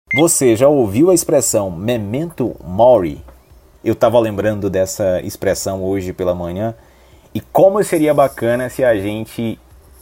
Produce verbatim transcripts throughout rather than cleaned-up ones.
Você já ouviu a expressão memento mori? Eu estava lembrando dessa expressão hoje pela manhã e como seria bacana se a gente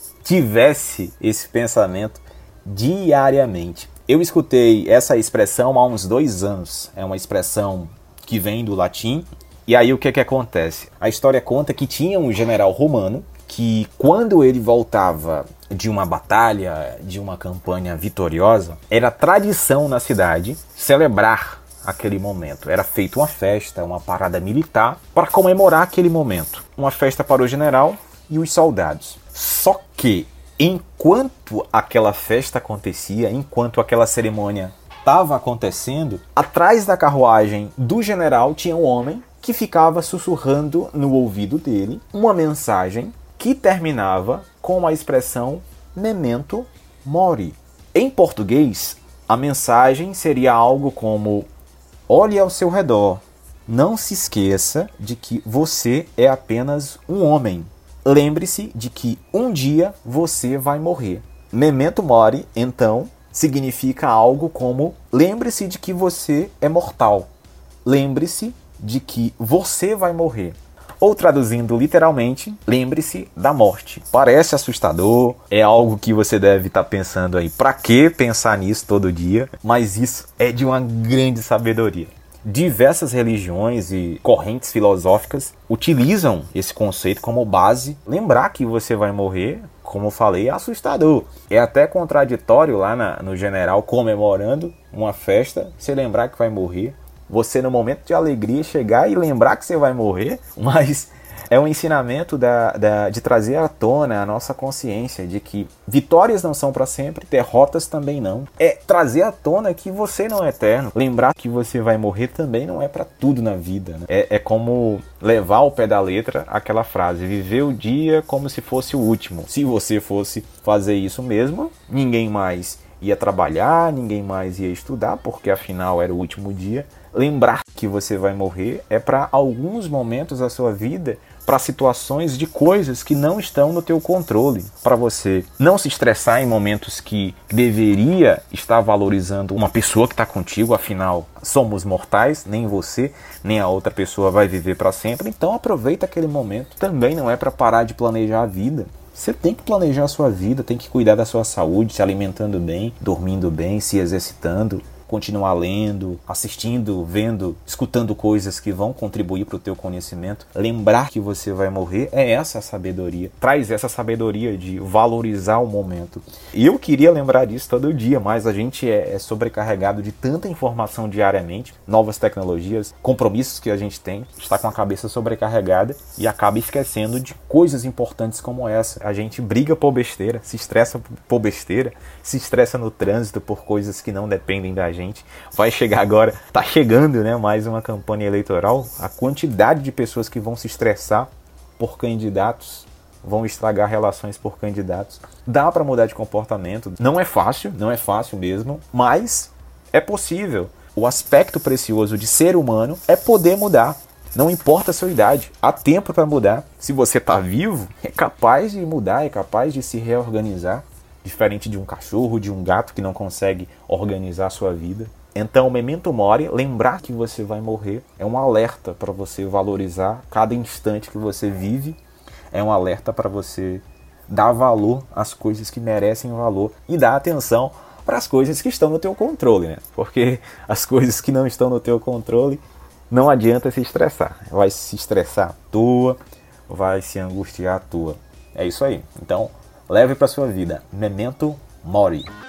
tivesse esse pensamento diariamente. Eu escutei essa expressão há uns dois anos. É uma expressão que vem do latim. E aí o que que acontece? A história conta que tinha um general romano que quando ele voltava de uma batalha, de uma campanha vitoriosa, era tradição na cidade celebrar aquele momento. Era feita uma festa, uma parada militar para comemorar aquele momento. Uma festa para o general e os soldados. Só que enquanto aquela festa acontecia, enquanto aquela cerimônia estava acontecendo, atrás da carruagem do general tinha um homem que ficava sussurrando no ouvido dele uma mensagem que terminava com a expressão memento mori. Em português, a mensagem seria algo como: olhe ao seu redor, não se esqueça de que você é apenas um homem. Lembre-se de que um dia você vai morrer. Memento mori, então, significa algo como: lembre-se de que você é mortal. Lembre-se de que você vai morrer. Ou traduzindo literalmente, lembre-se da morte. Parece assustador, é algo que você deve estar pensando aí, pra que pensar nisso todo dia? Mas isso é de uma grande sabedoria. Diversas religiões e correntes filosóficas utilizam esse conceito como base. Lembrar que você vai morrer, como eu falei, é assustador. É até contraditório lá na, no general comemorando uma festa, você lembrar que vai morrer. Você, no momento de alegria, chegar e lembrar que você vai morrer, mas é um ensinamento da, da, de trazer à tona a nossa consciência de que vitórias não são para sempre, derrotas também não. É trazer à tona que você não é eterno. Lembrar que você vai morrer também não é para tudo na vida, né? É, é como levar ao pé da letra aquela frase: viver o dia como se fosse o último. Se você fosse fazer isso mesmo, ninguém mais ia trabalhar, ninguém mais ia estudar, porque afinal era o último dia. Lembrar que você vai morrer é para alguns momentos da sua vida, para situações de coisas que não estão no teu controle, para você não se estressar em momentos que deveria estar valorizando uma pessoa que está contigo, afinal somos mortais, nem você nem a outra pessoa vai viver para sempre, então aproveita aquele momento. Também não é para parar de planejar a vida. Você tem que planejar a sua vida, tem que cuidar da sua saúde, se alimentando bem, dormindo bem, se exercitando, continuar lendo, assistindo, vendo, escutando coisas que vão contribuir para o teu conhecimento. Lembrar que você vai morrer é essa a sabedoria. Traz essa sabedoria de valorizar o momento. E eu queria lembrar disso todo dia, mas a gente é sobrecarregado de tanta informação diariamente, novas tecnologias, compromissos que a gente tem, está com a cabeça sobrecarregada e acaba esquecendo de coisas importantes como essa. A gente briga por besteira, se estressa por besteira, se estressa no trânsito por coisas que não dependem da gente. Vai chegar agora, tá chegando, né, mais uma campanha eleitoral. A quantidade de pessoas que vão se estressar por candidatos, vão estragar relações por candidatos. Dá para mudar de comportamento. Não é fácil, não é fácil mesmo, mas é possível. O aspecto precioso de ser humano é poder mudar. Não importa a sua idade, há tempo para mudar. Se você tá vivo, é capaz de mudar, é capaz de se reorganizar. Diferente de um cachorro, de um gato que não consegue organizar a sua vida. Então, memento mori, lembrar que você vai morrer, é um alerta para você valorizar cada instante que você vive. É um alerta para você dar valor às coisas que merecem valor e dar atenção para as coisas que estão no teu controle, né? Porque as coisas que não estão no teu controle, não adianta se estressar. Vai se estressar à toa, vai se angustiar à toa. É isso aí. Então, leve para sua vida. Memento mori.